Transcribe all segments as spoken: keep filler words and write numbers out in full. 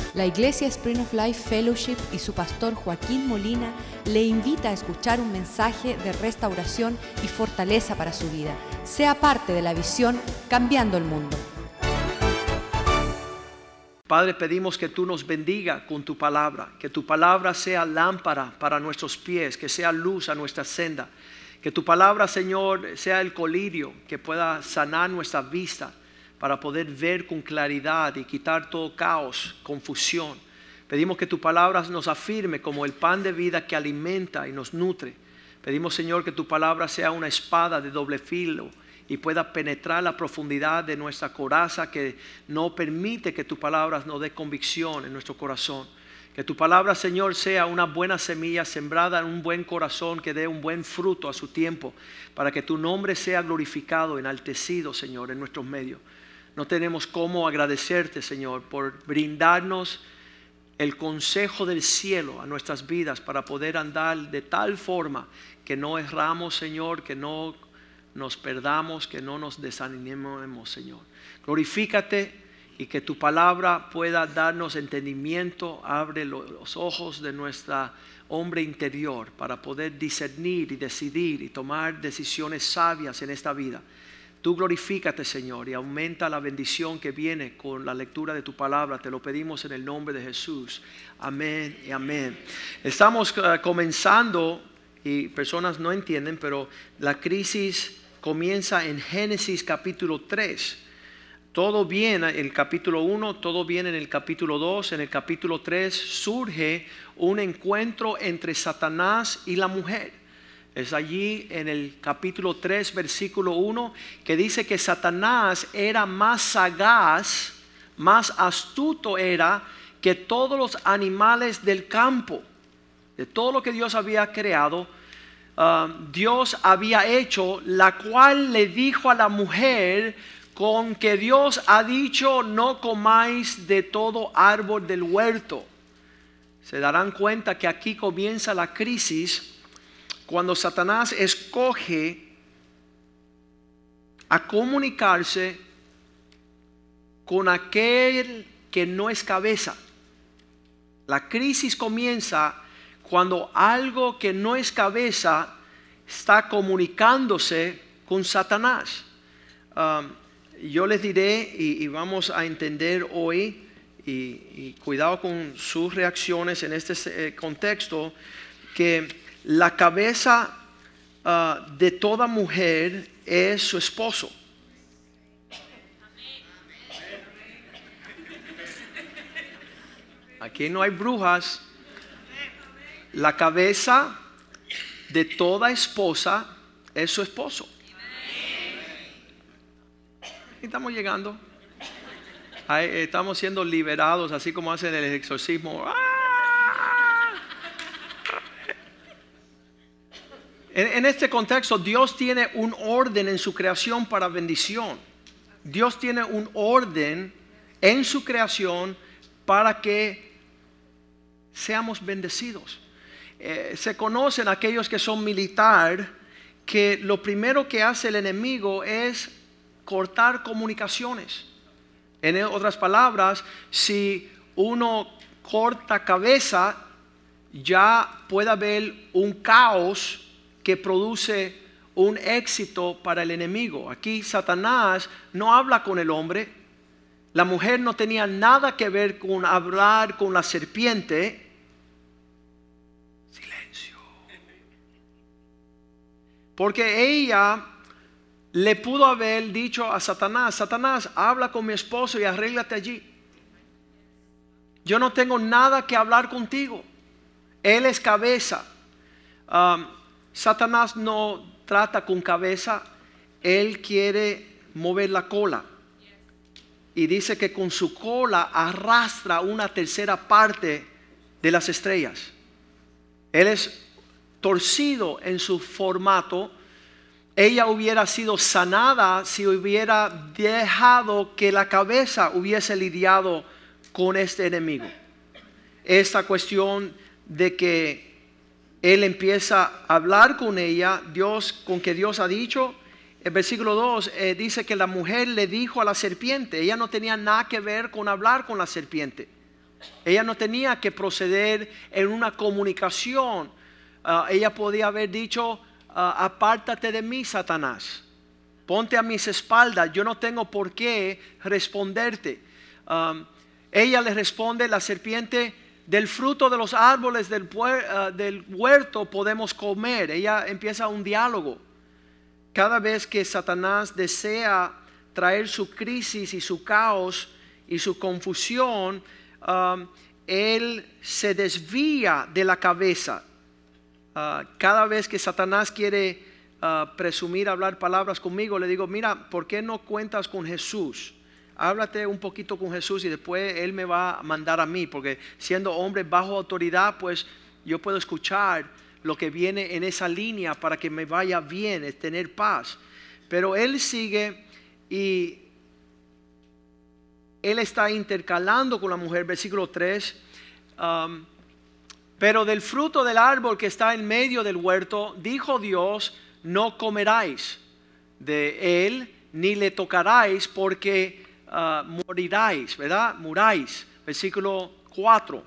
La Iglesia Spring of Life Fellowship y su pastor Joaquín Molina le invita a escuchar un mensaje de restauración y fortaleza para su vida. Sea parte de la visión Cambiando el Mundo. Padre, pedimos que tú nos bendiga con tu palabra, que tu palabra sea lámpara para nuestros pies, que sea luz a nuestra senda, que tu palabra, Señor, sea el colirio que pueda sanar nuestra vista para poder ver con claridad y quitar todo caos, confusión. Pedimos que tu palabra nos afirme como el pan de vida que alimenta y nos nutre. Pedimos, Señor, que tu palabra sea una espada de doble filo y pueda penetrar la profundidad de nuestra coraza, que no permite que tu palabra nos dé convicción en nuestro corazón. Que tu palabra, Señor, sea una buena semilla sembrada en un buen corazón que dé un buen fruto a su tiempo, para que tu nombre sea glorificado, enaltecido, Señor, en nuestros medios. No tenemos cómo agradecerte, Señor, por brindarnos el consejo del cielo a nuestras vidas para poder andar de tal forma que no erramos, Señor, que no nos perdamos, que no nos desanimemos, Señor. Glorifícate y que tu palabra pueda darnos entendimiento. Abre los ojos de nuestra hombre interior para poder discernir y decidir y tomar decisiones sabias en esta vida. Tú glorifícate, Señor, y aumenta la bendición que viene con la lectura de tu palabra. Te lo pedimos en el nombre de Jesús. Amén y amén. Estamos uh, comenzando, y personas no entienden, pero la crisis comienza en Génesis capítulo tres. Todo viene en el capítulo uno, todo viene en el capítulo dos. En el capítulo tres surge un encuentro entre Satanás y la mujer. Es allí en el capítulo tres, versículo uno, que dice que Satanás era más sagaz, más astuto era que todos los animales del campo. De todo lo que Dios había creado, uh, Dios había hecho, la cual le dijo a la mujer: con que Dios ha dicho, no comáis de todo árbol del huerto. Se darán cuenta que aquí comienza la crisis cuando Satanás escoge a comunicarse con aquel que no es cabeza. La crisis comienza cuando algo que no es cabeza está comunicándose con Satanás. Um, yo les diré y, y vamos a entender hoy, y, y cuidado con sus reacciones en este eh, contexto, que la cabeza uh, de toda mujer es su esposo. Aquí no hay brujas. La cabeza de toda esposa es su esposo. Estamos llegando. Ahí, estamos siendo liberados, así como hacen el exorcismo. ¡Ah! En, en este contexto, Dios tiene un orden en su creación para bendición. Dios tiene un orden en su creación para que seamos bendecidos. Eh, se conocen aquellos que son militar, que lo primero que hace el enemigo es cortar comunicaciones. En otras palabras, si uno corta cabeza, ya puede haber un caos que produce un éxito para el enemigo. Aquí Satanás no habla con el hombre. La mujer no tenía nada que ver con hablar con la serpiente. Silencio. Porque ella le pudo haber dicho a Satanás: Satanás, habla con mi esposo y arréglate allí. Yo no tengo nada que hablar contigo. Él es cabeza. Um, Satanás no trata con cabeza. Él quiere mover la cola. Y dice que con su cola arrastra una tercera parte de las estrellas. Él es torcido en su formato. Ella hubiera sido sanada si hubiera dejado que la cabeza hubiese lidiado con este enemigo. Esta cuestión de que él empieza a hablar con ella, Dios, con que Dios ha dicho, el versículo dos eh, dice que la mujer le dijo a la serpiente. Ella no tenía nada que ver con hablar con la serpiente. Ella no tenía que proceder en una comunicación. Uh, ella podía haber dicho, uh, apártate de mí, Satanás. Ponte a mis espaldas, yo no tengo por qué responderte. Um, ella le responde, la serpiente, del fruto de los árboles del, uh, del huerto podemos comer. Ella empieza un diálogo. Cada vez que Satanás desea traer su crisis y su caos y su confusión, um, él se desvía de la cabeza. Uh, cada vez que Satanás quiere uh, presumir hablar palabras conmigo, le digo, mira, ¿por qué no cuentas con Jesús? Háblate un poquito con Jesús y después Él me va a mandar a mí, porque siendo hombre bajo autoridad, pues yo puedo escuchar lo que viene en esa línea para que me vaya bien, es tener paz. Pero Él sigue y Él está intercalando con la mujer, versículo tres. Um, pero del fruto del árbol que está en medio del huerto, dijo Dios, no comeráis de él, ni le tocaráis, porque Uh, moriráis, ¿verdad? Muráis. Versículo cuatro.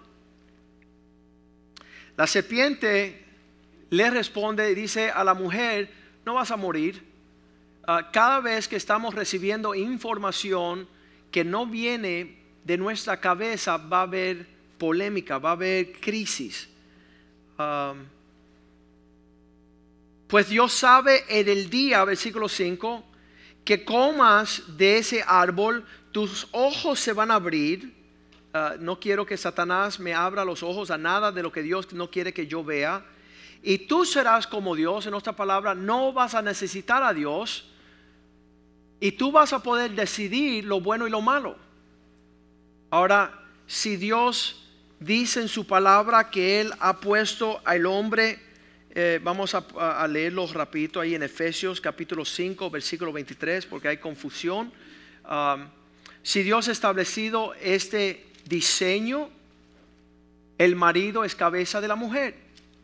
La serpiente le responde y dice a la mujer, no vas a morir. Uh, cada vez que estamos recibiendo información que no viene de nuestra cabeza, va a haber polémica, va a haber crisis. Um, pues Dios sabe en el día, versículo cinco, que comas de ese árbol, tus ojos se van a abrir. Uh, no quiero que Satanás me abra los ojos a nada de lo que Dios no quiere que yo vea. Y tú serás como Dios. En otra palabra, no vas a necesitar a Dios. Y tú vas a poder decidir lo bueno y lo malo. Ahora, si Dios dice en su palabra que Él ha puesto al hombre, Eh, vamos a, a leerlo rapidito ahí en Efesios capítulo cinco versículo veintitrés, porque hay confusión. Um, si Dios ha establecido este diseño, el marido es cabeza de la mujer.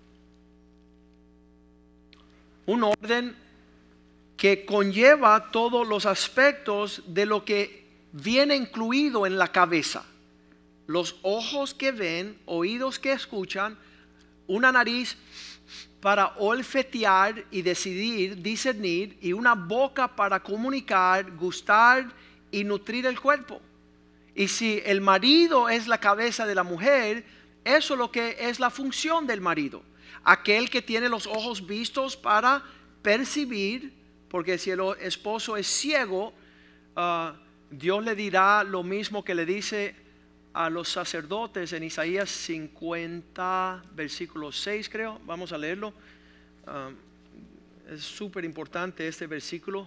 Un orden que conlleva todos los aspectos de lo que viene incluido en la cabeza. Los ojos que ven, oídos que escuchan, una nariz para olfatear y decidir, discernir, y una boca para comunicar, gustar y nutrir el cuerpo. Y si el marido es la cabeza de la mujer, eso es lo que es la función del marido. Aquel que tiene los ojos vistos para percibir, porque si el esposo es ciego, uh, Dios le dirá lo mismo que le dice a los sacerdotes en Isaías cincuenta versículo seis, creo. Vamos a leerlo. Um, es súper importante este versículo.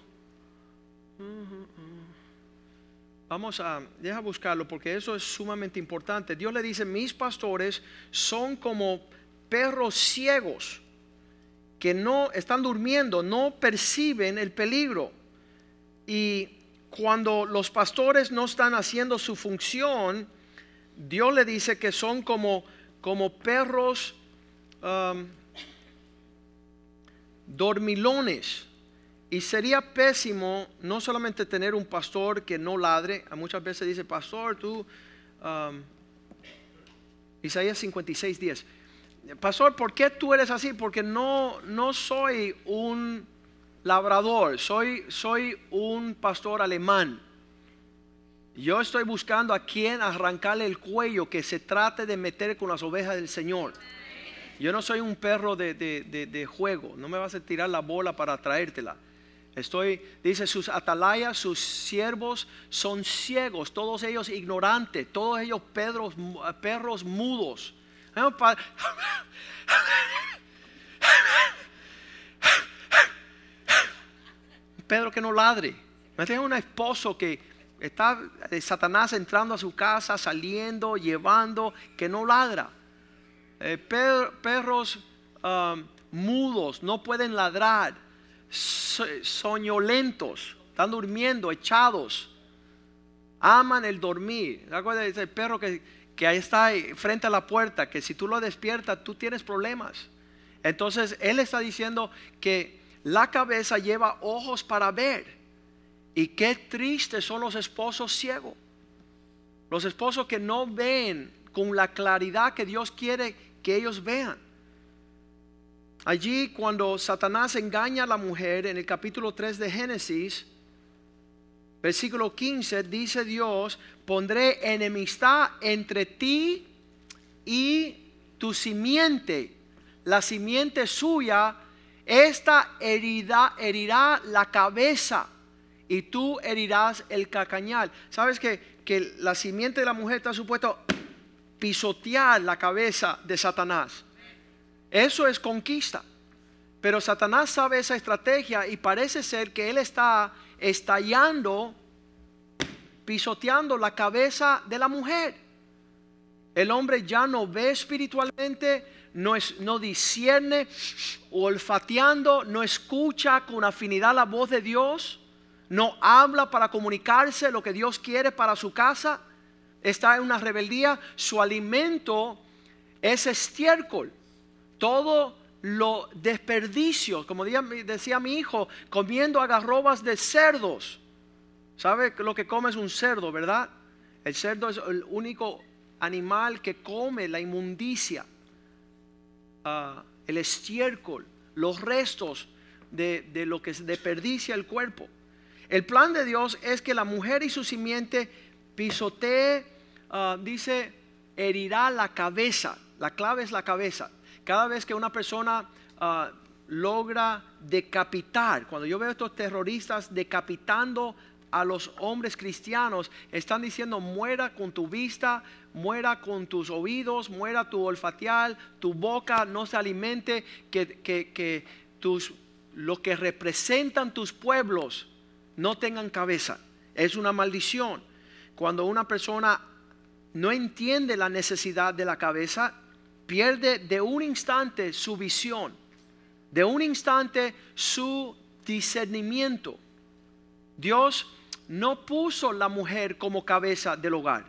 Vamos a, deja buscarlo porque eso es sumamente importante. Dios le dice, mis pastores son como perros ciegos que no están durmiendo, no perciben el peligro. Y cuando los pastores no están haciendo su función, Dios le dice que son como, como perros um, dormilones. Y sería pésimo no solamente tener un pastor que no ladre. Muchas veces dice, pastor, tú, um, Isaías cincuenta y seis diez, pastor, ¿por qué tú eres así? Porque no, no soy un labrador, soy, soy un pastor alemán. Yo estoy buscando a quien arrancarle el cuello, que se trate de meter con las ovejas del Señor. Yo no soy un perro de, de, de, de juego. No me vas a tirar la bola para traértela. Estoy, dice, sus atalayas, sus siervos son ciegos, todos ellos ignorantes, todos ellos perros, perros mudos. Pedro que no ladre. Me tengo un esposo que está de Satanás entrando a su casa, saliendo, llevando, que no ladra. Eh, per, perros um, mudos, no pueden ladrar, so, soñolentos, están durmiendo, echados, aman el dormir. ¿Te acuerdas de ese perro que, que ahí está ahí, frente a la puerta, que si tú lo despiertas, tú tienes problemas? Entonces, él está diciendo que la cabeza lleva ojos para ver. Y qué tristes son los esposos ciegos. Los esposos que no ven con la claridad que Dios quiere que ellos vean. Allí cuando Satanás engaña a la mujer en el capítulo tres de Génesis, versículo quince, dice Dios: pondré enemistad entre ti y tu simiente, la simiente suya, esta herirá, herirá la cabeza y tú herirás el calcañar. ¿Sabes que, que la simiente de la mujer está supuesto pisotear la cabeza de Satanás? Eso es conquista. Pero Satanás sabe esa estrategia y parece ser que él está estallando, pisoteando la cabeza de la mujer. El hombre ya no ve espiritualmente, no, es, no discierne, olfateando, no escucha con afinidad la voz de Dios, no habla para comunicarse lo que Dios quiere para su casa. Está en una rebeldía. Su alimento es estiércol. Todo lo desperdicio, como decía mi hijo, comiendo algarrobas de cerdos. ¿Sabe lo que come es un cerdo, verdad? El cerdo es el único animal que come la inmundicia, uh, el estiércol, los restos de, de lo que se desperdicia el cuerpo. El plan de Dios es que la mujer y su simiente pisotee, uh, dice, herirá la cabeza. La clave es la cabeza. Cada vez que una persona uh, logra decapitar, cuando yo veo a estos terroristas decapitando a los hombres cristianos, están diciendo: muera con tu vista, muera con tus oídos, muera tu olfatear, tu boca no se alimente, que, que, que tus, lo que representan tus pueblos no tengan cabeza. Es una maldición. Cuando una persona no entiende la necesidad de la cabeza, pierde de un instante su visión, de un instante su discernimiento. Dios no puso la mujer como cabeza del hogar.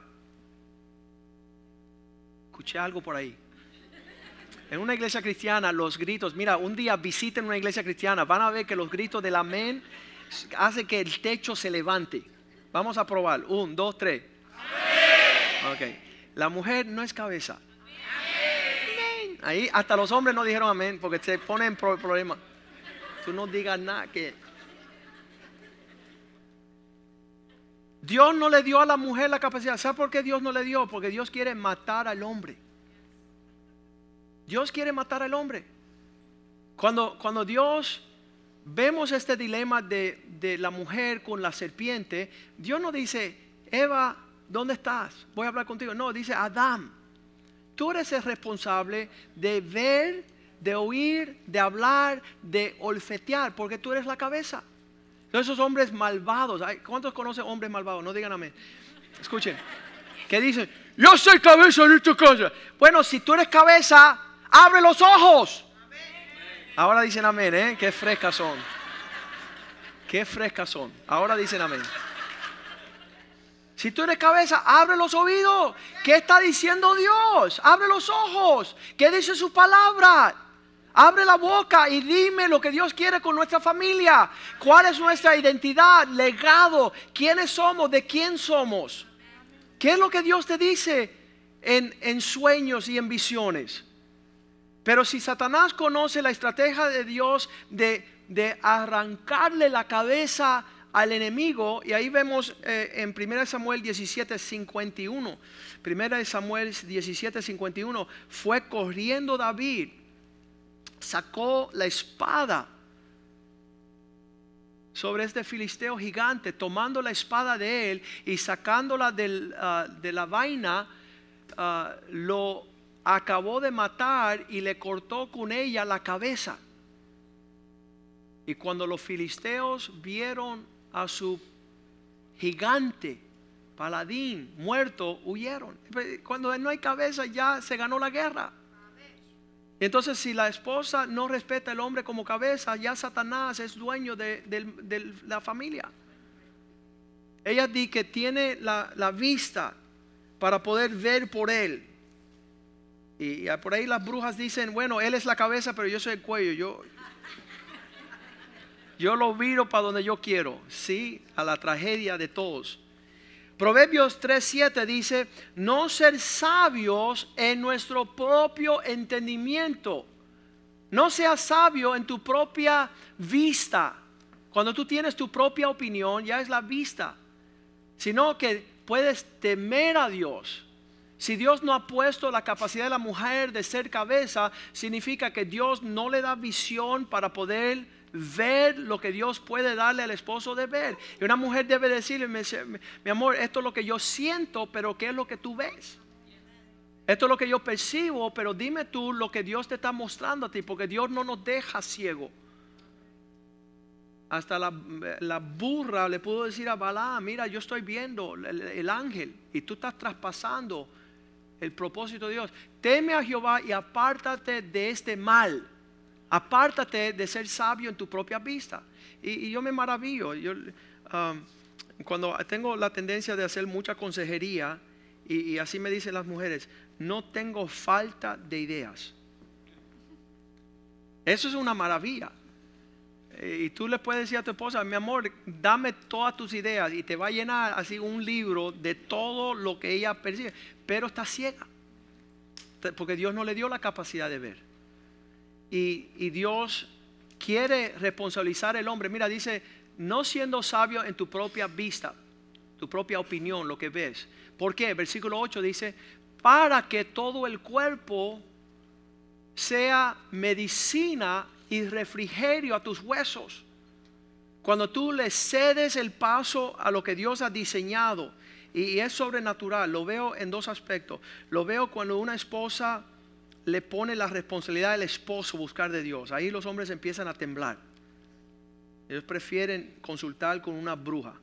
Escuché algo por ahí. En una iglesia cristiana los gritos, mira, un día visiten una iglesia cristiana, van a ver que los gritos del amén hacen que el techo se levante. Vamos a probar. Un, dos, tres. Amén. Okay. La mujer no es cabeza. Amén. Ahí hasta los hombres no dijeron amén porque se ponen pro- problemas. Tú no digas nada que... Dios no le dio a la mujer la capacidad. ¿Sabe por qué Dios no le dio? Porque Dios quiere matar al hombre. Dios quiere matar al hombre. Cuando, cuando Dios vemos este dilema de, de la mujer con la serpiente, Dios no dice: Eva, ¿dónde estás? Voy a hablar contigo. No, dice: Adán, tú eres el responsable de ver, de oír, de hablar, de olfatear, porque tú eres la cabeza. Esos hombres malvados, ¿cuántos conocen hombres malvados? No digan amén. Escuchen, que dicen: yo soy cabeza de esta casa. Bueno, si tú eres cabeza, abre los ojos. Ahora dicen amén, ¿eh? Qué frescas son. Qué frescas son. Ahora dicen amén. Si tú eres cabeza, abre los oídos. ¿Qué está diciendo Dios? Abre los ojos. ¿Qué dice su palabra? Abre la boca y dime lo que Dios quiere con nuestra familia. ¿Cuál es nuestra identidad, legado? ¿Quiénes somos? ¿De quién somos? ¿Qué es lo que Dios te dice en, en sueños y en visiones? Pero si Satanás conoce la estrategia de Dios de, de arrancarle la cabeza al enemigo, y ahí vemos eh, en primera Samuel diecisiete cincuenta y uno. primera Samuel diecisiete cincuenta y uno. Fue corriendo David, sacó la espada sobre este filisteo gigante, tomando la espada de él y sacándola del, uh, de la vaina, uh, lo acabó de matar y le cortó con ella la cabeza. Y cuando los filisteos vieron a su gigante paladín muerto, huyeron. Cuando no hay cabeza, ya se ganó la guerra. Entonces, si la esposa no respeta al hombre como cabeza, ya Satanás es dueño de, de, de la familia. Ella dice que tiene la, la vista para poder ver por él. Y, y por ahí las brujas dicen: bueno, él es la cabeza, pero yo soy el cuello. Yo, yo lo viro para donde yo quiero. Sí, a la tragedia de todos. Proverbios tres siete dice, no ser sabios en nuestro propio entendimiento. No seas sabio en tu propia vista. Cuando tú tienes tu propia opinión, ya es la vista. Sino que puedes temer a Dios. Si Dios no ha puesto la capacidad de la mujer de ser cabeza, significa que Dios no le da visión para poder ver lo que Dios puede darle al esposo de ver. Y una mujer debe decirle, mi amor, esto es lo que yo siento, pero ¿qué es lo que tú ves? Esto es lo que yo percibo, pero dime tú lo que Dios te está mostrando a ti, porque Dios no nos deja ciego. Hasta la, la burra le pudo decir a Balaam, mira, yo estoy viendo el, el ángel y tú estás traspasando el propósito de Dios. Teme a Jehová y apártate de este mal. Apártate de ser sabio en tu propia vista. Y, y yo me maravillo. Yo, um, cuando tengo la tendencia de hacer mucha consejería, y, y así me dicen las mujeres, no tengo falta de ideas. Eso es una maravilla. Y tú le puedes decir a tu esposa, mi amor, dame todas tus ideas, y te va a llenar así un libro de todo lo que ella percibe, pero está ciega, porque Dios no le dio la capacidad de ver. Y, y Dios quiere responsabilizar al hombre. Mira, dice, no siendo sabio en tu propia vista, tu propia opinión, lo que ves. ¿Por qué? Versículo ocho dice, para que todo el cuerpo sea medicina y refrigerio a tus huesos. Cuando tú le cedes el paso a lo que Dios ha diseñado, y, y es sobrenatural, lo veo en dos aspectos. Lo veo cuando una esposa le pone la responsabilidad al esposo buscar de Dios. Ahí los hombres empiezan a temblar. Ellos prefieren consultar con una bruja.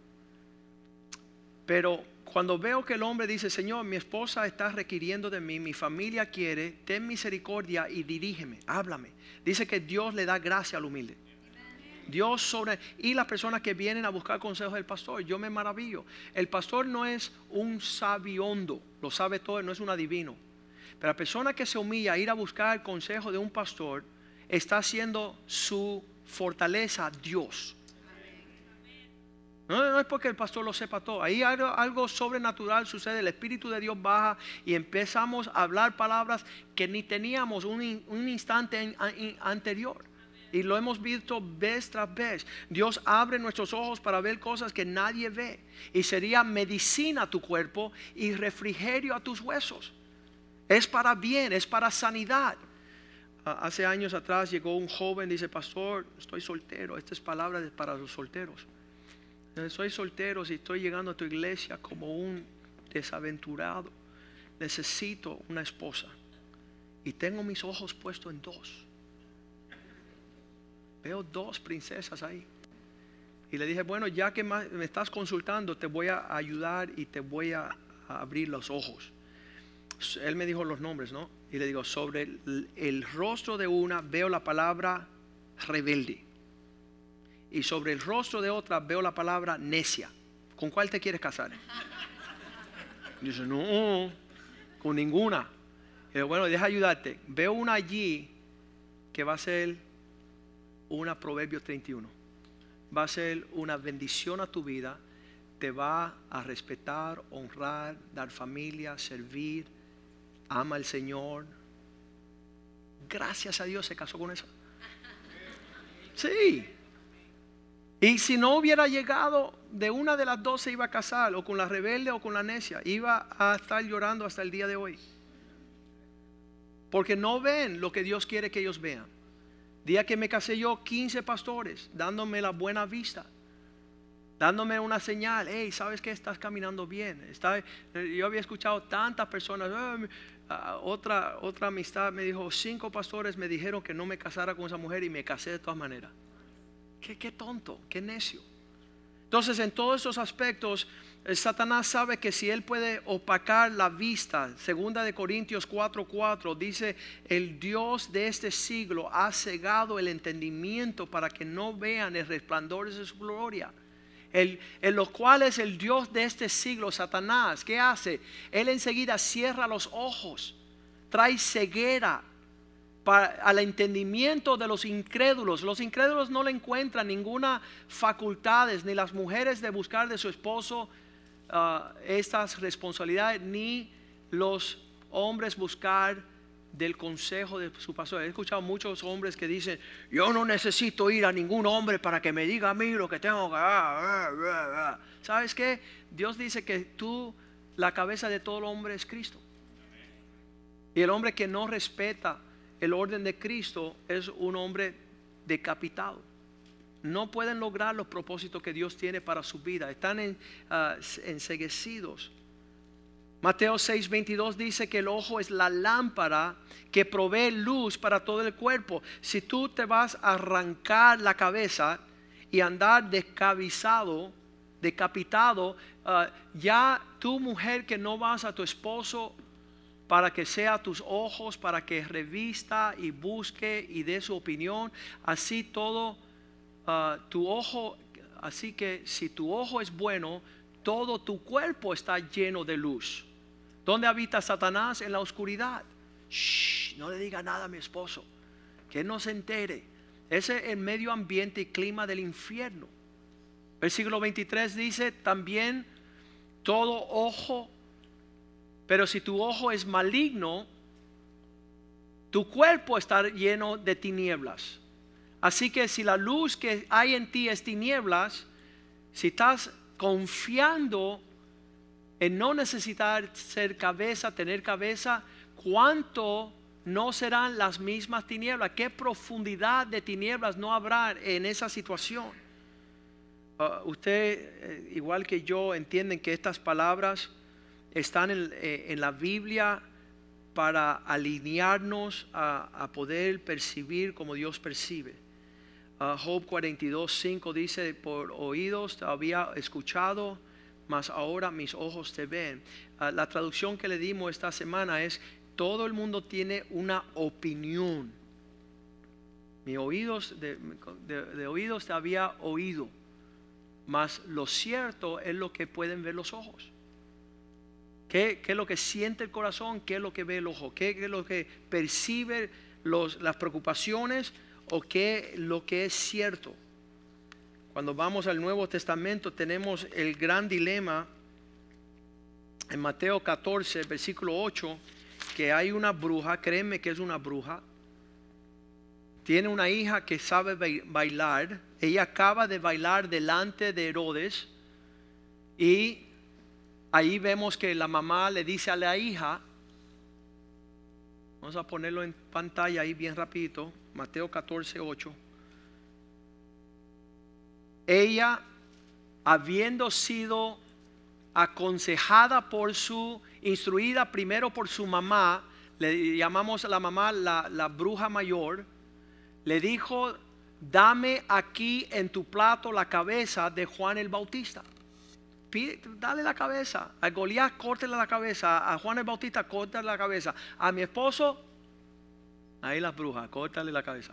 Pero cuando veo que el hombre dice, Señor, mi esposa está requiriendo de mí, mi familia quiere, ten misericordia y dirígeme, háblame. Dice que Dios le da gracia al humilde. Dios sobre, y las personas que vienen a buscar consejos del pastor, yo me maravillo. El pastor no es un sabiondo, lo sabe todo, no es un adivino. Pero la persona que se humilla a ir a buscar el consejo de un pastor, está haciendo su fortaleza Dios. No, no es porque el pastor lo sepa todo. Ahí algo, algo sobrenatural sucede. El Espíritu de Dios baja y empezamos a hablar palabras que ni teníamos un, un instante en, en, anterior. Y lo hemos visto vez tras vez. Dios abre nuestros ojos para ver cosas que nadie ve. Y sería medicina a tu cuerpo y refrigerio a tus huesos. Es para bien, es para sanidad. Hace años atrás llegó un joven, dice, pastor, estoy soltero. Esta es palabra para los solteros. Soy soltero y estoy llegando a tu iglesia como un desaventurado. Necesito una esposa. Y tengo mis ojos puestos en dos. Veo dos princesas ahí. Y le dije, bueno, ya que me estás consultando, te voy a ayudar y te voy a abrir los ojos. Él me dijo los nombres, ¿no? Y le digo, sobre el, el rostro de una veo la palabra rebelde. Y sobre el rostro de otra veo la palabra necia. ¿Con cuál te quieres casar? Y dice, no, con ninguna. Y digo, bueno, deja ayudarte. Veo una allí que va a ser una Proverbios treinta y uno. Va a ser una bendición a tu vida. Te va a respetar, honrar, dar familia, servir. Ama al Señor. Gracias a Dios se casó con esa. Sí. Y si no hubiera llegado, de una de las dos se iba a casar, o con la rebelde o con la necia. Iba a estar llorando hasta el día de hoy. Porque no ven lo que Dios quiere que ellos vean. Día que me casé yo, quince pastores dándome la buena vista, dándome una señal. Hey, ¿sabes qué? Estás caminando bien. Está, yo había escuchado tantas personas. Oh, otra, otra amistad me dijo, cinco pastores me dijeron que no me casara con esa mujer y me casé de todas maneras. Qué, qué tonto, qué necio. Entonces, en todos esos aspectos, Satanás sabe que si él puede opacar la vista, segunda de Corintios cuatro cuatro dice, el Dios de este siglo ha cegado el entendimiento para que no vean el resplandor de su gloria. El, en los cuales el Dios de este siglo, Satanás, ¿qué hace? Él enseguida cierra los ojos, trae ceguera para, al entendimiento de los incrédulos. Los incrédulos no le encuentran ninguna facultades, ni las mujeres de buscar de su esposo uh, estas responsabilidades, ni los hombres buscar del consejo de su pastor. He escuchado muchos hombres que dicen: yo no necesito ir a ningún hombre para que me diga a mí lo que tengo que hacer. ¿Sabes qué? Dios dice que tú, la cabeza de todo el hombre es Cristo. Y el hombre que no respeta el orden de Cristo es un hombre decapitado. No pueden lograr los propósitos que Dios tiene para su vida. Están en, uh, enceguecidos. Mateo seis veintidós dice que el ojo es la lámpara que provee luz para todo el cuerpo. Si tú te vas a arrancar la cabeza y andar descabizado, decapitado, uh, ya tu mujer que no vas a tu esposo para que sea tus ojos, para que revista y busque y dé su opinión, así todo uh, tu ojo, así que si tu ojo es bueno, todo tu cuerpo está lleno de luz. ¿Dónde habita Satanás? En la oscuridad. Shh, no le diga nada a mi esposo, que no se entere. Ese es el medio ambiente y clima del infierno. Versículo veintitrés dice también: todo ojo, pero si tu ojo es maligno, tu cuerpo está lleno de tinieblas. Así que si la luz que hay en ti es tinieblas, si estás confiando en no necesitar ser cabeza, tener cabeza, ¿cuánto no serán las mismas tinieblas? ¿Qué profundidad de tinieblas no habrá en esa situación? Uh, usted, eh, igual que yo, entienden que estas palabras están en, eh, en la Biblia para alinearnos a, a poder percibir como Dios percibe. Uh, Job cuarenta y dos cinco dice: por oídos te había escuchado, mas ahora mis ojos te ven. Uh, la traducción que le dimos esta semana es: todo el mundo tiene una opinión. Mis oídos de, de, de oídos te había oído, mas lo cierto es lo que pueden ver los ojos. ¿Qué, qué es lo que siente el corazón? ¿Qué es lo que ve el ojo? ¿Qué, qué es lo que percibe los, las preocupaciones? ¿O qué es lo que es cierto? Cuando vamos al Nuevo Testamento tenemos el gran dilema en Mateo catorce, versículo ocho, que hay una bruja, créeme que es una bruja, tiene una hija que sabe bailar, ella acaba de bailar delante de Herodes y ahí vemos que la mamá le dice a la hija, vamos a ponerlo en pantalla ahí bien rapidito, Mateo catorce ocho. Ella, habiendo sido aconsejada por su, instruida primero por su mamá, le llamamos a la mamá la, la bruja mayor, le dijo: dame aquí en tu plato la cabeza de Juan el Bautista. Pide, dale la cabeza. A Goliat córtale la cabeza. A Juan el Bautista córtale la cabeza. A mi esposo, ahí la bruja, córtale la cabeza.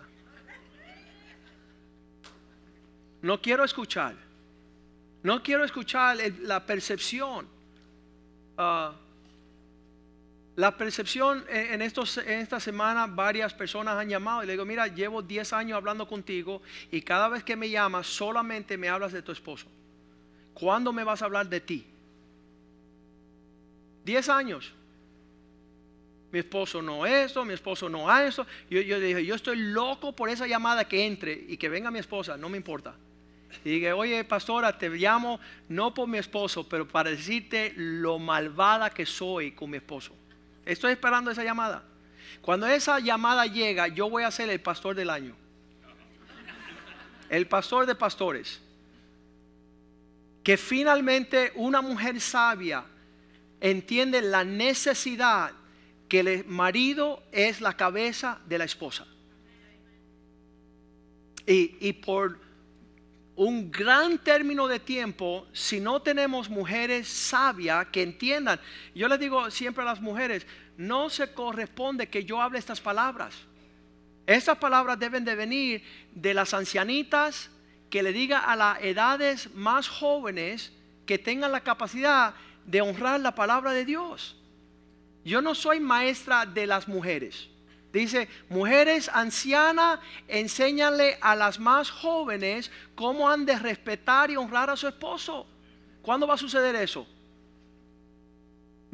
No quiero escuchar. No quiero escuchar el, la percepción. Uh, la percepción en, en, estos, en esta semana varias personas han llamado y le digo: mira, llevo diez años hablando contigo y cada vez que me llamas solamente me hablas de tu esposo. ¿Cuándo me vas a hablar de ti? Diez años. Mi esposo no esto, mi esposo no a eso. Yo, yo dije, yo estoy loco por esa llamada que entre y que venga mi esposa, no me importa. Y dije: oye, pastora, te llamo no por mi esposo, pero para decirte lo malvada que soy con mi esposo. Estoy esperando esa llamada. Cuando esa llamada llega, yo voy a ser el pastor del año. El pastor de pastores. Que finalmente una mujer sabia entiende la necesidad que el marido es la cabeza de la esposa. Y, y por un gran término de tiempo, si no tenemos mujeres sabias que entiendan, yo les digo siempre a las mujeres, no se corresponde que yo hable estas palabras. Estas palabras deben de venir de las ancianitas, que le diga a las edades más jóvenes que tengan la capacidad de honrar la palabra de Dios. Yo no soy maestra de las mujeres. Dice: mujeres ancianas, enséñanle a las más jóvenes cómo han de respetar y honrar a su esposo. ¿Cuándo va a suceder eso?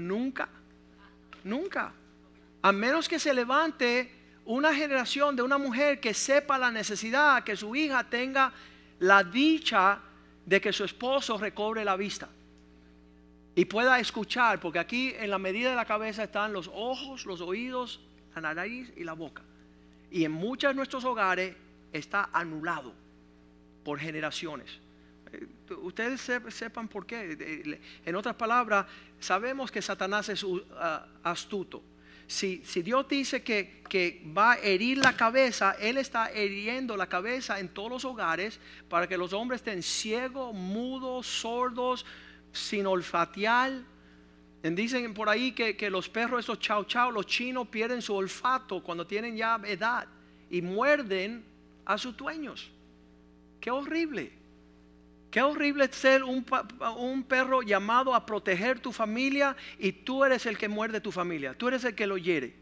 nunca, nunca. A menos que se levante una generación de una mujer que sepa la necesidad, que su hija tenga la dicha de que su esposo recobre la vista y pueda escuchar, porque aquí en la medida de la cabeza están los ojos, los oídos, la nariz y la boca. Y en muchos de nuestros hogares está anulado por generaciones. Ustedes sepan por qué. En otras palabras, sabemos que Satanás es uh, astuto. Si, si Dios dice que, que va a herir la cabeza, Él está hiriendo la cabeza en todos los hogares para que los hombres estén ciegos, mudos, sordos, sin olfatear. Dicen por ahí que, que los perros, esos chau chau, los chinos pierden su olfato cuando tienen ya edad y muerden a sus dueños. Qué horrible. Qué horrible ser un, un perro llamado a proteger tu familia y tú eres el que muerde tu familia. Tú eres el que lo hiere.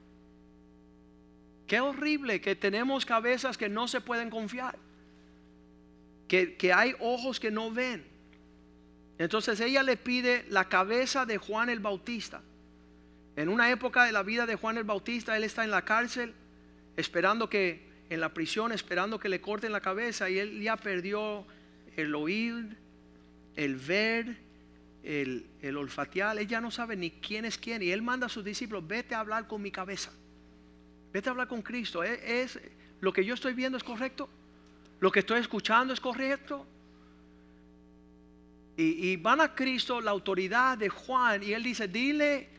Qué horrible que tenemos cabezas que no se pueden confiar. Que, que hay ojos que no ven. Entonces ella le pide la cabeza de Juan el Bautista. En una época de la vida de Juan el Bautista, él está en la cárcel, esperando que, en la prisión, esperando que le corten la cabeza, y él ya perdió el oír, el ver, el, el olfatear. Él ya no sabe ni quién es quién. Y él manda a sus discípulos: vete a hablar con mi cabeza. Vete a hablar con Cristo. ¿Es, es lo que yo estoy viendo es correcto? ¿Lo que estoy escuchando es correcto? Y, y van a Cristo, la autoridad de Juan, y él dice: dile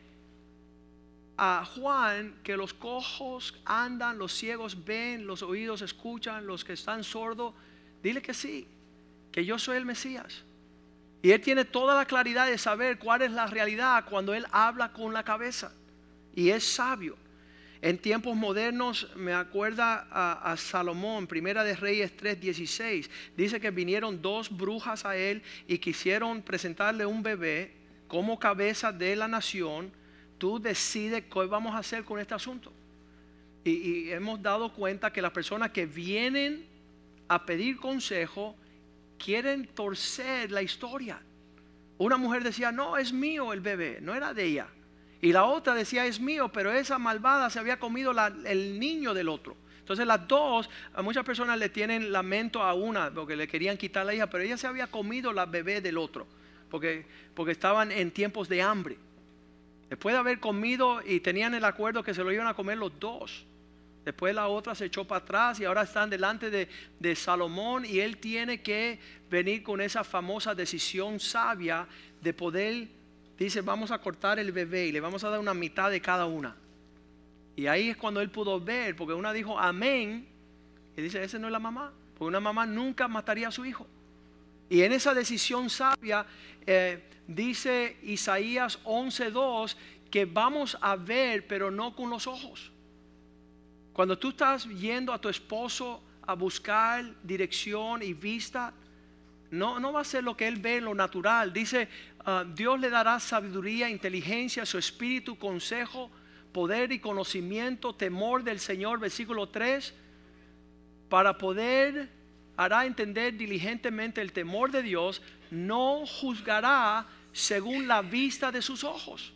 a Juan que los cojos andan, los ciegos ven, los oídos escuchan, los que están sordos, dile que sí, que yo soy el Mesías. Y él tiene toda la claridad de saber cuál es la realidad cuando él habla con la cabeza, y es sabio. En tiempos modernos me acuerda a, a Salomón, Primera de Reyes tres dieciséis. Dice que vinieron dos brujas a él y quisieron presentarle un bebé como cabeza de la nación. Tú decides qué vamos a hacer con este asunto. Y, y hemos dado cuenta que las personas que vienen a pedir consejo quieren torcer la historia. Una mujer decía: no, es mío el bebé, no era de ella. Y la otra decía: es mío, pero esa malvada se había comido la, el niño del otro. Entonces las dos, a muchas personas le tienen lamento a una porque le querían quitar la hija, pero ella se había comido la bebé del otro porque, porque estaban en tiempos de hambre. Después de haber comido y tenían el acuerdo que se lo iban a comer los dos, después la otra se echó para atrás y ahora están delante de, de Salomón, y él tiene que venir con esa famosa decisión sabia de poder. Dice: vamos a cortar el bebé y le vamos a dar una mitad de cada una. Y ahí es cuando él pudo ver, porque una dijo amén, y dice: ese no es la mamá, porque una mamá nunca mataría a su hijo. Y en esa decisión sabia eh, dice Isaías once dos que vamos a ver, pero no con los ojos. Cuando tú estás yendo a tu esposo a buscar dirección y vista, no, no va a ser lo que él ve en lo natural. Dice: uh, Dios le dará sabiduría, inteligencia, su espíritu, consejo, poder y conocimiento, temor del Señor, versículo tres, para poder, hará entender diligentemente el temor de Dios, no juzgará según la vista de sus ojos,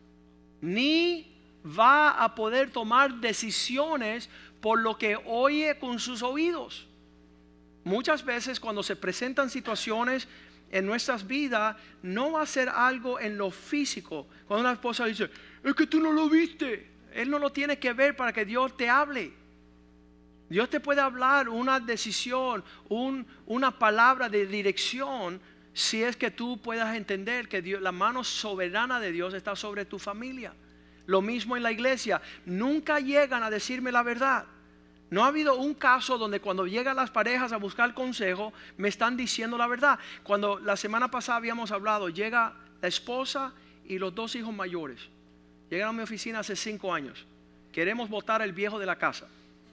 ni va a poder tomar decisiones por lo que oye con sus oídos. Muchas veces cuando se presentan situaciones en nuestras vidas, no va a ser algo en lo físico. Cuando una esposa dice: es que tú no lo viste, él no lo tiene que ver para que Dios te hable. Dios te puede hablar una decisión, un, una palabra de dirección, si es que tú puedas entender que Dios, la mano soberana de Dios está sobre tu familia. Lo mismo en la iglesia. Nunca llegan a decirme la verdad. No ha habido un caso donde cuando llegan las parejas a buscar consejo me están diciendo la verdad. Cuando la semana pasada habíamos hablado, llega la esposa y los dos hijos mayores. Llegaron a mi oficina hace cinco años. Queremos botar el viejo de la casa.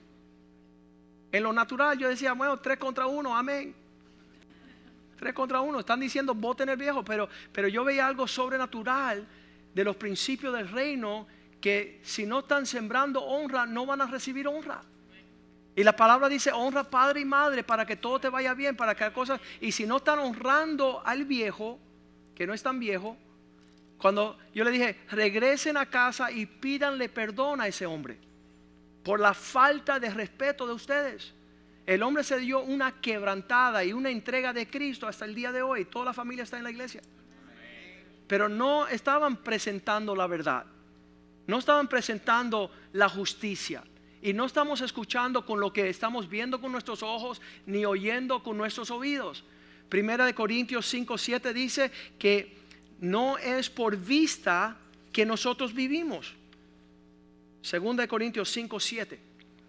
En lo natural yo decía: bueno, tres contra uno, amén. Tres contra uno, están diciendo boten el viejo, pero, pero yo veía algo sobrenatural de los principios del reino, que si no están sembrando honra, no van a recibir honra. Y la palabra dice: honra padre y madre para que todo te vaya bien, para que cosas. Y si no están honrando al viejo, que no es tan viejo, Cuando yo le dije, regresen a casa y pídanle perdón a ese hombre por la falta de respeto de ustedes. El hombre se dio una quebrantada y una entrega de Cristo hasta el día de hoy. Toda la familia está en la iglesia. Pero no estaban presentando la verdad. No estaban presentando la justicia. Y no estamos escuchando con lo que estamos viendo con nuestros ojos, ni oyendo con nuestros oídos. Primera de Corintios cinco siete dice que no es por vista que nosotros vivimos. Segunda de Corintios cinco siete.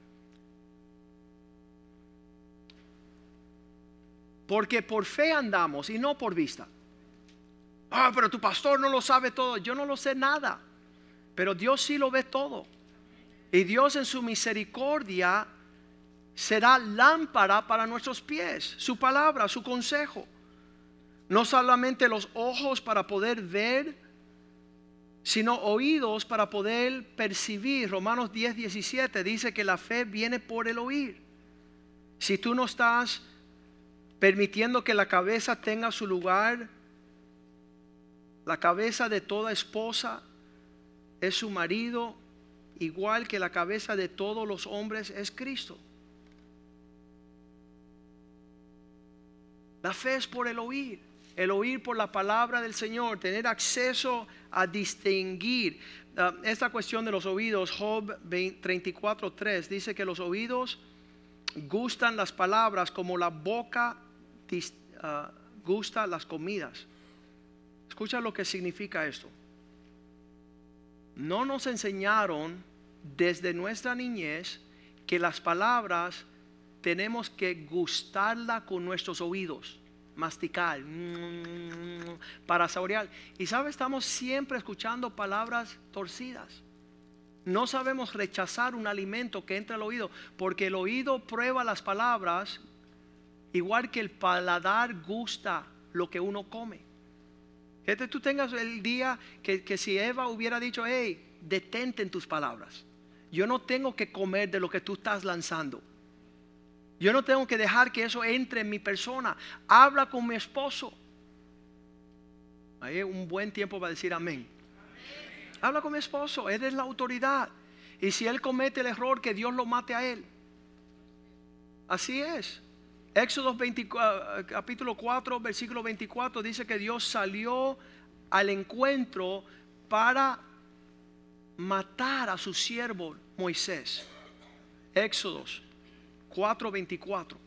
Porque por fe andamos y no por vista. Ah, pero tu pastor no lo sabe todo. Yo no lo sé nada, pero Dios sí lo ve todo. Y Dios en su misericordia será lámpara para nuestros pies. Su palabra, su consejo. No solamente los ojos para poder ver, sino oídos para poder percibir. Romanos diez diecisiete dice que la fe viene por el oír. Si tú no estás permitiendo que la cabeza tenga su lugar, la cabeza de toda esposa es su marido, igual que la cabeza de todos los hombres es Cristo. La fe es por el oír, el oír por la palabra del Señor, tener acceso a distinguir. Uh, esta cuestión de los oídos, Job treinta y cuatro tres dice que los oídos gustan las palabras como la boca uh, gusta las comidas. Escucha lo que significa esto. No nos enseñaron desde nuestra niñez que las palabras tenemos que gustarla con nuestros oídos, masticar, para saborear. Y sabes, estamos siempre escuchando palabras torcidas. No sabemos rechazar un alimento que entra al oído, porque el oído prueba las palabras igual que el paladar gusta lo que uno come. Que tú tengas el día que, que si Eva hubiera dicho, hey, detente en tus palabras. Yo no tengo que comer de lo que tú estás lanzando. Yo no tengo que dejar que eso entre en mi persona. Habla con mi esposo. Ahí un buen tiempo para decir amén. Amén. Habla con mi esposo. Él es la autoridad. Y si él comete el error, que Dios lo mate a él. Así es. Éxodo veinticuatro, capítulo cuatro, versículo veinticuatro dice que Dios salió al encuentro para matar a su siervo Moisés. Éxodo cuatro veinticuatro.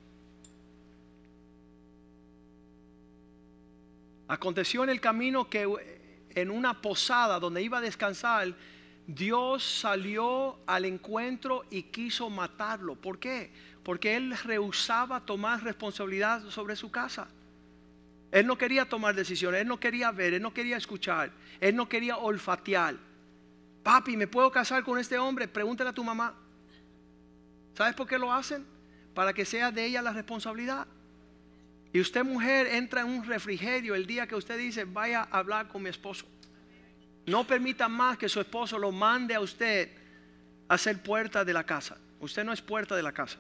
Aconteció en el camino que en una posada donde iba a descansar, Dios salió al encuentro y quiso matarlo. ¿Por qué? Porque él rehusaba tomar responsabilidad sobre su casa. Él no quería tomar decisiones, él no quería ver, él no quería escuchar, él no quería olfatear. Papi, ¿me puedo casar con este hombre? Pregúntale a tu mamá. ¿Sabes por qué lo hacen? Para que sea de ella la responsabilidad. Y usted, mujer, entra en un refrigerio el día que usted dice, vaya a hablar con mi esposo. No permita más que su esposo lo mande a usted a ser puerta de la casa. Usted no es puerta de la casa.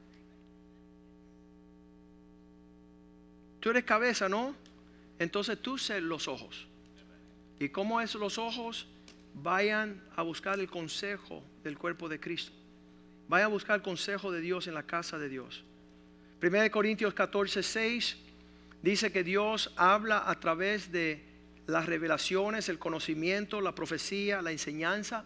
Tú eres cabeza, ¿no? Entonces tú sé los ojos. ¿Y cómo es los ojos? Vayan a buscar el consejo del cuerpo de Cristo. Vayan a buscar el consejo de Dios en la casa de Dios. Primera de Corintios catorce seis dice que Dios habla a través de las revelaciones, el conocimiento, la profecía, la enseñanza.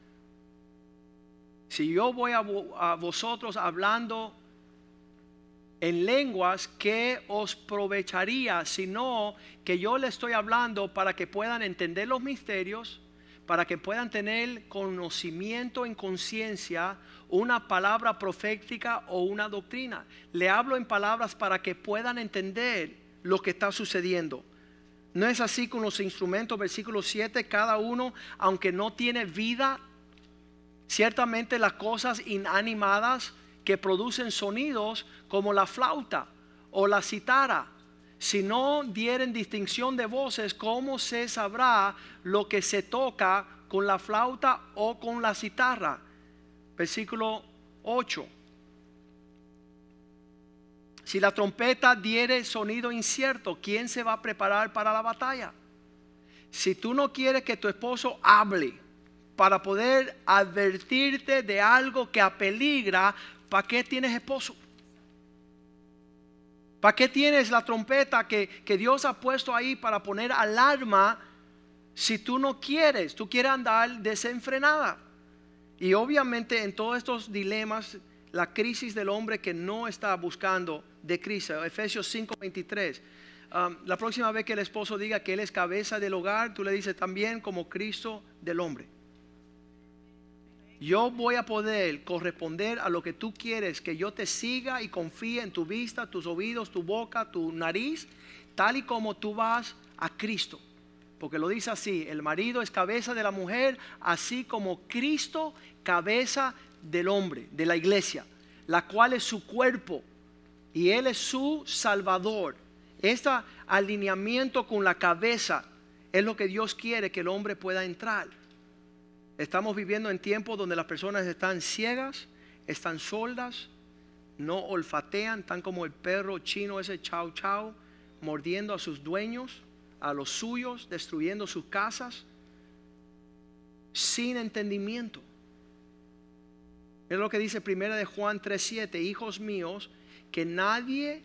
Si yo voy a, a vosotros hablando en lenguas, ¿qué os provecharía? Sino que yo le estoy hablando para que puedan entender los misterios, para que puedan tener conocimiento en conciencia, una palabra profética o una doctrina. Le hablo en palabras para que puedan entender lo que está sucediendo. No es así con los instrumentos, versículo siete, cada uno, aunque no tiene vida, ciertamente las cosas inanimadas que producen sonidos como la flauta o la cítara, si no dieren distinción de voces, ¿cómo se sabrá lo que se toca con la flauta o con la cítara? Versículo ocho. Si la trompeta diere sonido incierto, ¿quién se va a preparar para la batalla? Si tú no quieres que tu esposo hable para poder advertirte de algo que apeligra, ¿para qué tienes esposo? ¿Para qué tienes la trompeta que, que Dios ha puesto ahí para poner alarma si tú no quieres? Tú quieres andar desenfrenada. Y obviamente en todos estos dilemas, la crisis del hombre que no está buscando de Cristo. Efesios cinco veintitrés. Um, la próxima vez que el esposo diga que él es cabeza del hogar, tú le dices también como Cristo del hombre. Yo voy a poder corresponder a lo que tú quieres, que yo te siga y confíe en tu vista, tus oídos, tu boca, tu nariz, tal y como tú vas a Cristo. Porque lo dice así: el marido es cabeza de la mujer, así como Cristo cabeza del hombre, de la iglesia, la cual es su cuerpo y él es su salvador. Este alineamiento con la cabeza es lo que Dios quiere que el hombre pueda entrar. Estamos viviendo en tiempos donde las personas están ciegas, están sordas, no olfatean, están como el perro chino ese chau chau, mordiendo a sus dueños, a los suyos, destruyendo sus casas, sin entendimiento. Es lo que dice primera de Juan tres siete: hijos míos, que nadie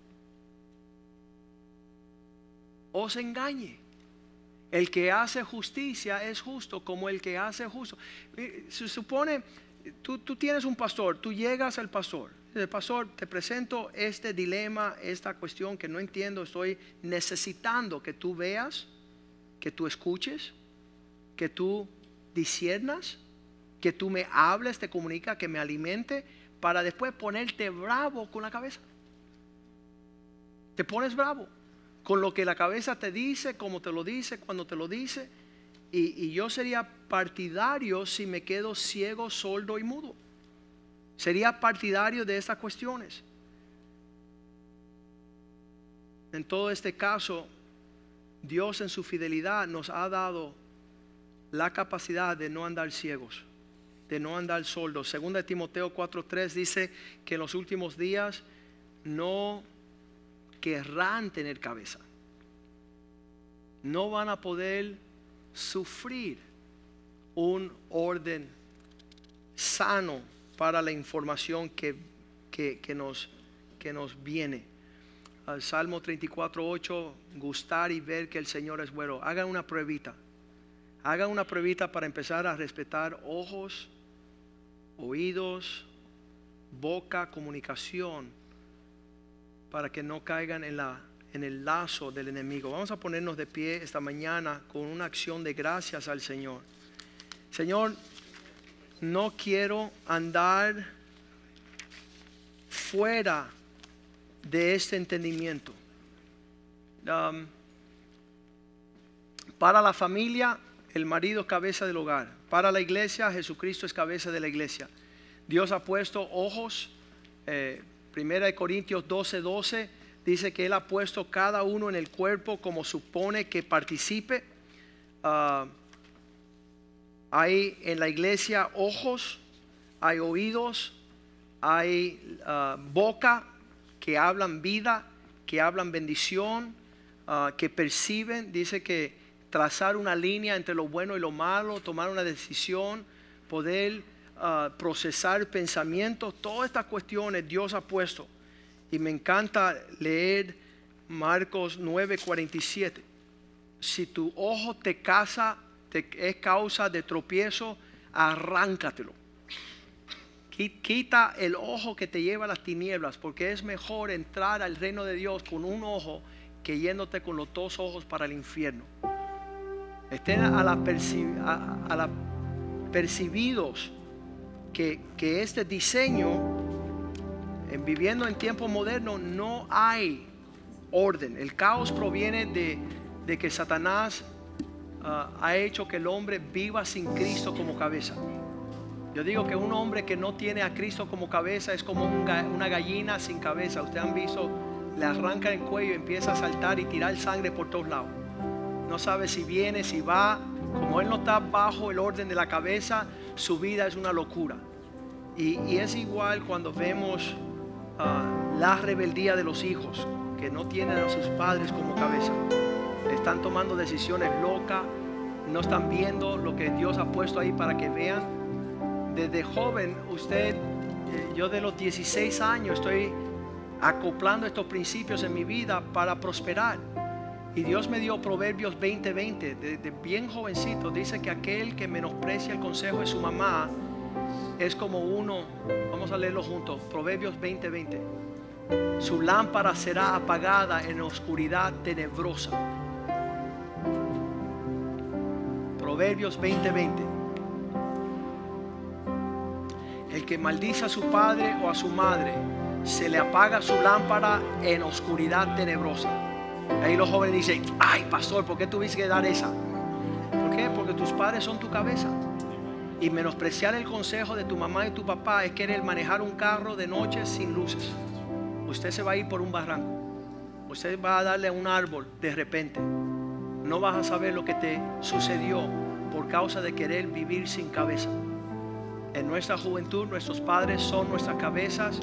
os engañe. El que hace justicia es justo como el que hace justo. Se supone, tú, tú tienes un pastor, tú llegas al pastor. El pastor, te presento este dilema, esta cuestión que no entiendo. Estoy necesitando que tú veas, que tú escuches, que tú disciernas, que tú me hables, te comunica, que me alimente, para después ponerte bravo con la cabeza. Te pones bravo con lo que la cabeza te dice, como te lo dice, cuando te lo dice. Y, y yo sería partidario si me quedo ciego, sordo y mudo. Sería partidario de estas cuestiones. En todo este caso, Dios en su fidelidad nos ha dado la capacidad de no andar ciegos, de no andar sordos. Segunda de Timoteo cuatro tres dice que en los últimos días no querrán tener cabeza, no van a poder sufrir un orden sano para la información que, que, que, nos, que nos viene. Al Salmo treinta y cuatro ocho: gustar y ver que el Señor es bueno. Hagan una pruebita, hagan una pruebita para empezar a respetar ojos, oídos, boca, comunicación, para que no caigan en, la, en el lazo del enemigo. Vamos a ponernos de pie esta mañana con una acción de gracias al Señor. Señor, no quiero andar fuera de este entendimiento. Um, para la familia, el marido es cabeza del hogar. Para la iglesia, Jesucristo es cabeza de la iglesia. Dios ha puesto ojos. eh, Primera de Corintios doce doce dice que Él ha puesto cada uno en el cuerpo como supone que participe. Uh, hay en la iglesia ojos, hay oídos, hay uh, boca que hablan vida, que hablan bendición, uh, que perciben. Dice que trazar una línea entre lo bueno y lo malo, tomar una decisión, poder Uh, procesar pensamientos, todas estas cuestiones Dios ha puesto. Y me encanta leer Marcos nueve cuarenta y siete. Si tu ojo te casa, te es causa de tropiezo, arráncatelo. Quita el ojo que te lleva a las tinieblas, porque es mejor entrar al reino de Dios con un ojo que yéndote con los dos ojos para el infierno. Estén a la, perci- a, a la percibidos Que, que este diseño, en viviendo en tiempos modernos, no hay orden. El caos proviene de, de que Satanás uh, ha hecho que el hombre viva sin Cristo como cabeza. Yo digo que un hombre que no tiene a Cristo como cabeza es como un, una gallina sin cabeza. Ustedes han visto, le arranca el cuello y empieza a saltar y tirar sangre por todos lados. No sabe si viene, si va. Como él no está bajo el orden de la cabeza, su vida es una locura. Y, y es igual cuando vemos uh, la rebeldía de los hijos que no tienen a sus padres como cabeza. están tomando decisiones locas, no están viendo lo que Dios ha puesto ahí para que vean. Desde joven, usted, eh, yo de los dieciséis años estoy acoplando estos principios en mi vida para prosperar. Y Dios me dio Proverbios veinte veinte, desde bien jovencito. Dice que aquel que menosprecia el consejo de su mamá es como uno, vamos a leerlo juntos, Proverbios veinte veinte. Su lámpara será apagada en oscuridad tenebrosa. Proverbios veinte veinte. El que maldice a su padre o a su madre, se le apaga su lámpara en oscuridad tenebrosa. Ahí los jóvenes dicen: ay, pastor, ¿por qué tuviste que dar esa? ¿Por qué? Porque tus padres son tu cabeza. Y menospreciar el consejo de tu mamá y tu papá es querer manejar un carro de noche sin luces. Usted se va a ir por un barranco. Usted va a darle a un árbol de repente. No vas a saber lo que te sucedió por causa de querer vivir sin cabeza. En nuestra juventud, nuestros padres son nuestras cabezas.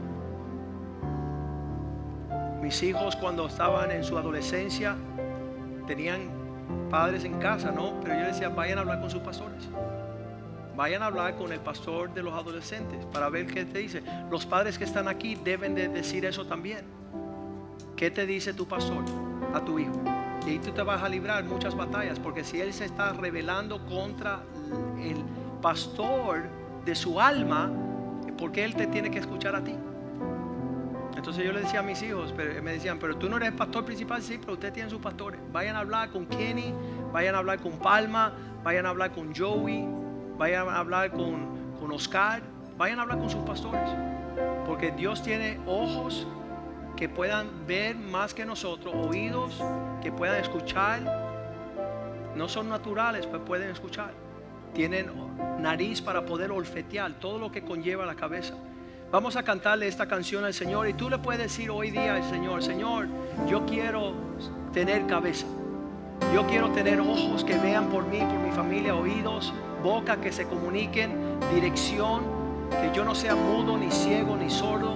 Mis hijos, cuando estaban en su adolescencia, tenían padres en casa, ¿no? Pero yo les decía: vayan a hablar con sus pastores. Vayan a hablar con el pastor de los adolescentes para ver qué te dice. Los padres que están aquí deben de decir eso también. ¿Qué te dice tu pastor a tu hijo? Y ahí tú te vas a librar muchas batallas, porque si él se está rebelando contra el pastor de su alma, ¿por qué él te tiene que escuchar a ti? Entonces yo le decía a mis hijos, pero me decían: pero tú no eres el pastor principal. Sí, pero ustedes tienen sus pastores. Vayan a hablar con Kenny, vayan a hablar con Palma, vayan a hablar con Joey, vayan a hablar con, con Oscar, vayan a hablar con sus pastores, porque Dios tiene ojos que puedan ver más que nosotros, oídos que puedan escuchar. No son naturales, pero pueden escuchar. Tienen nariz para poder olfatear todo lo que conlleva la cabeza. Vamos a cantarle esta canción al Señor, y tú le puedes decir hoy día al Señor: Señor, yo quiero tener cabeza. Yo quiero tener ojos que vean por mí, por mi familia, oídos, boca que se comuniquen, dirección, que yo no sea mudo, ni ciego, ni sordo.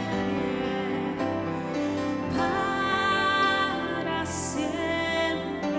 Para siempre.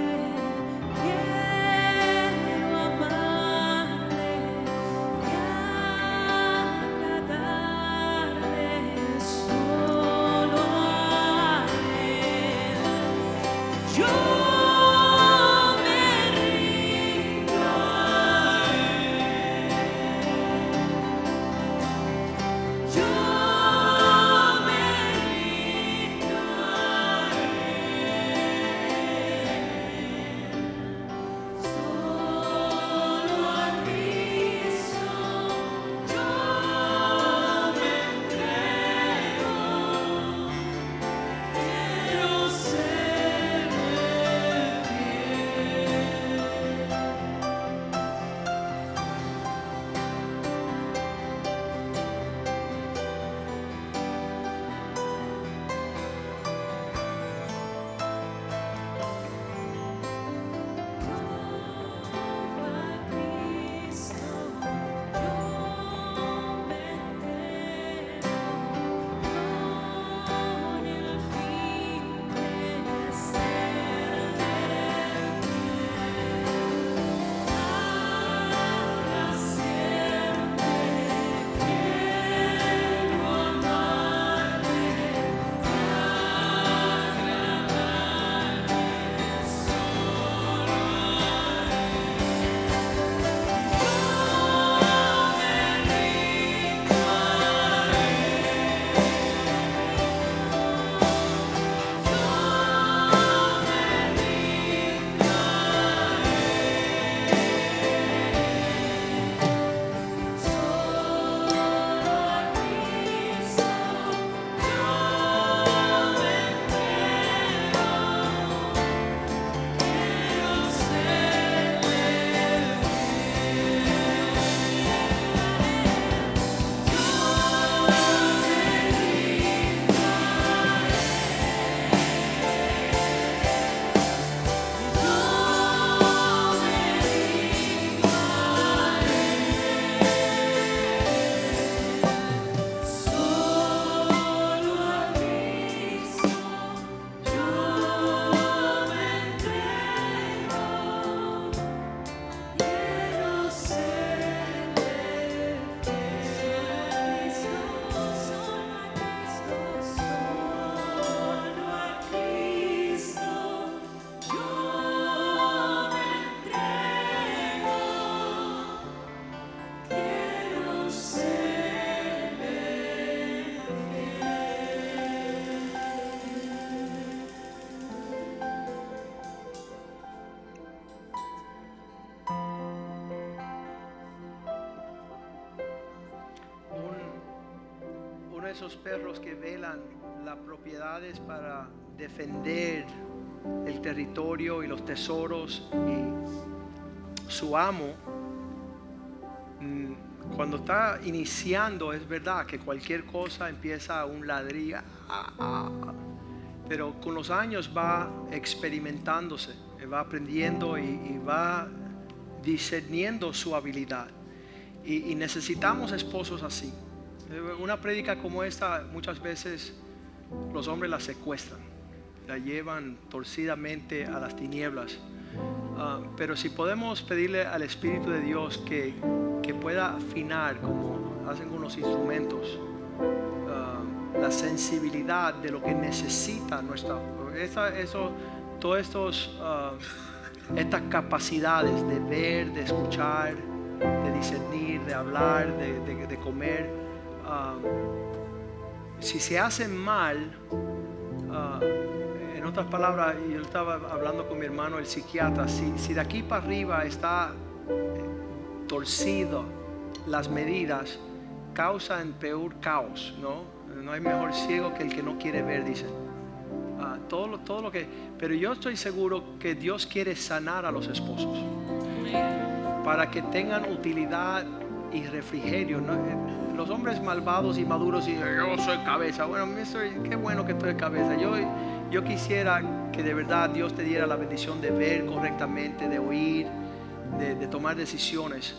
esos perros que velan las propiedades para defender el territorio y los tesoros, y su amo, cuando está iniciando, es verdad que cualquier cosa empieza a un ladrillo, pero con los años va experimentándose, va aprendiendo y, y va discerniendo su habilidad. Y, y necesitamos esposos así. Una prédica como esta, muchas veces los hombres la secuestran, la llevan torcidamente a las tinieblas. Uh, pero si podemos pedirle al Espíritu de Dios que, que pueda afinar, como hacen con los instrumentos, uh, la sensibilidad de lo que necesita nuestra, esa, eso, todos estos, uh, estas capacidades de ver, de escuchar, de discernir, de hablar, de, de, de comer, uh, si se hacen mal, uh, en otras palabras, yo estaba hablando con mi hermano el psiquiatra, si, si de aquí para arriba está torcido las medidas, causan peor caos, ¿no? No hay mejor ciego que el que no quiere ver, dicen. Uh, todo, lo, todo lo que, pero yo estoy seguro que Dios quiere sanar a los esposos para que tengan utilidad y refrigerio, ¿no? Los hombres malvados y maduros y yo soy cabeza, bueno, soy, qué bueno que tú eres cabeza. Yo, yo quisiera que de verdad Dios te diera la bendición de ver correctamente, de oír, de, de tomar decisiones.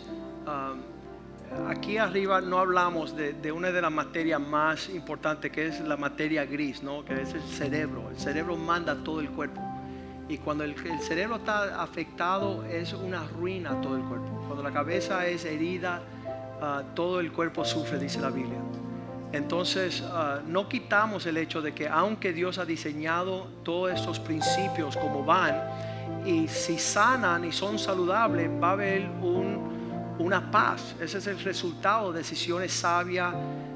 Uh, aquí arriba no hablamos de, de una de las materias más importantes, que es la materia gris, ¿no? Que es el cerebro. El cerebro manda todo el cuerpo. Y cuando el, el cerebro está afectado, es una ruina a todo el cuerpo. Cuando la cabeza es herida, uh, todo el cuerpo sufre, dice la Biblia. Entonces, uh, no quitamos el hecho de que aunque Dios ha diseñado todos estos principios como van, y si sanan y son saludables, va a haber un, una paz. Ese es el resultado de decisiones sabias.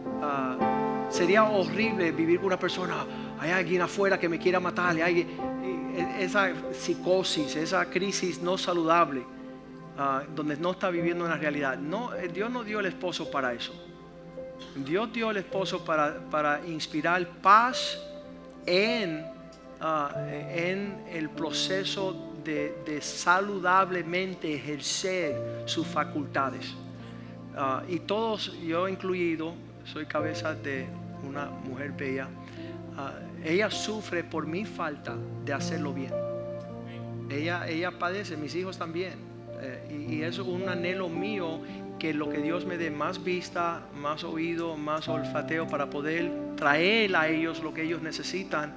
Uh, sería horrible vivir con una persona, hay alguien afuera que me quiera matar, hay alguien, esa psicosis, esa crisis no saludable, uh, donde no está viviendo una realidad. No, Dios no dio el esposo para eso. Dios dio el esposo para, para inspirar paz en, uh, en el proceso de, de saludablemente ejercer sus facultades. Uh, y todos, yo incluido, soy cabeza de una mujer bella. Uh, ella sufre por mi falta de hacerlo bien. Ella, ella padece, mis hijos también. Eh, y, y es un anhelo mío que lo que Dios me dé más vista, más oído, más olfateo para poder traer a ellos lo que ellos necesitan.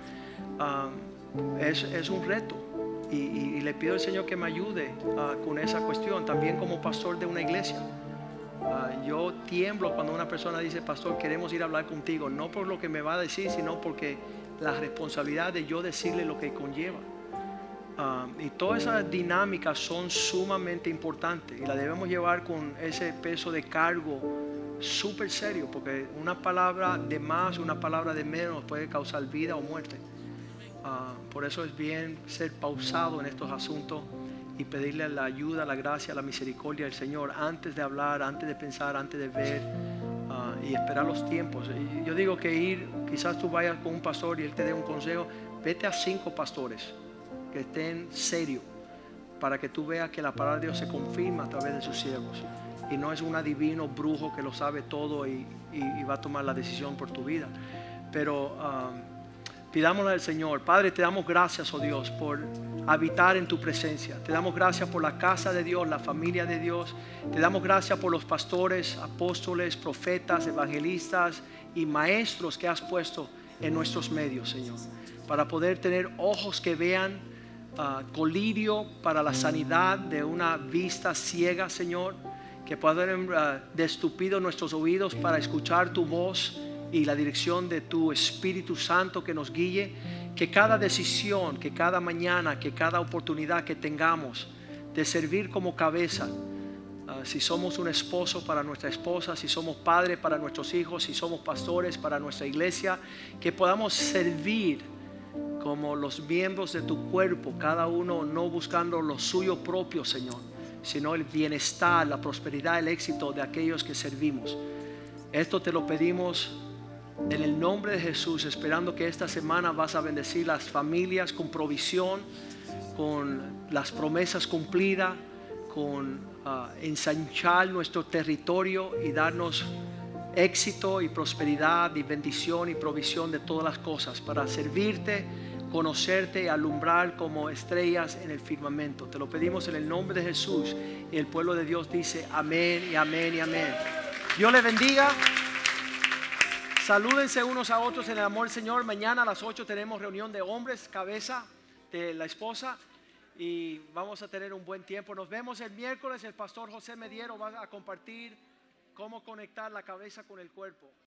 Uh, es, es un reto. Y, y, y le pido al Señor que me ayude uh, con esa cuestión. También como pastor de una iglesia. Uh, yo tiemblo cuando una persona dice, pastor, queremos ir a hablar contigo, no por lo que me va a decir, sino porque la responsabilidad de yo decirle lo que conlleva. Uh, y todas esas dinámicas son sumamente importantes y las debemos llevar con ese peso de cargo súper serio, porque una palabra de más, una palabra de menos puede causar vida o muerte. Uh, por eso es bien ser pausado en estos asuntos y pedirle la ayuda, la gracia, la misericordia del Señor antes de hablar, antes de pensar, antes de ver, uh, y esperar los tiempos. Y yo digo que ir, quizás tú vayas con un pastor y él te dé un consejo, vete a cinco pastores que estén serios para que tú veas que la palabra de Dios se confirma a través de sus siervos y no es un adivino brujo que lo sabe todo y, y, y va a tomar la decisión por tu vida. Pero um, pidámosle al Señor. Padre, te damos gracias, oh Dios, por habitar en tu presencia. Te damos gracias por la casa de Dios, la familia de Dios. Te damos gracias por los pastores, apóstoles, profetas, evangelistas y maestros que has puesto en nuestros medios, Señor, para poder tener ojos que vean, uh, colirio para la sanidad de una vista ciega, Señor, que puedan uh, destupido nuestros oídos para escuchar tu voz y la dirección de tu Espíritu Santo que nos guíe, que cada decisión, que cada mañana, que cada oportunidad que tengamos de servir como cabeza, uh, si somos un esposo para nuestra esposa, si somos padres para nuestros hijos, si somos pastores para nuestra iglesia, que podamos servir como los miembros de tu cuerpo, cada uno no buscando lo suyo propio, Señor, sino el bienestar, la prosperidad, el éxito de aquellos que servimos. Esto te lo pedimos En el nombre de Jesús, esperando que esta semana vas a bendecir las familias con provisión, con las promesas cumplidas, con uh, ensanchar nuestro territorio y darnos éxito y prosperidad y bendición y provisión de todas las cosas para servirte, conocerte y alumbrar como estrellas en el firmamento. Te lo pedimos en el nombre de Jesús, y el pueblo de Dios dice amén y amén y amén. Dios les bendiga. Salúdense unos a otros en el amor del Señor. Mañana a las ocho tenemos reunión de hombres, cabeza de la esposa, y vamos a tener un buen tiempo. Nos vemos el miércoles. El pastor José Mediero va a compartir cómo conectar la cabeza con el cuerpo.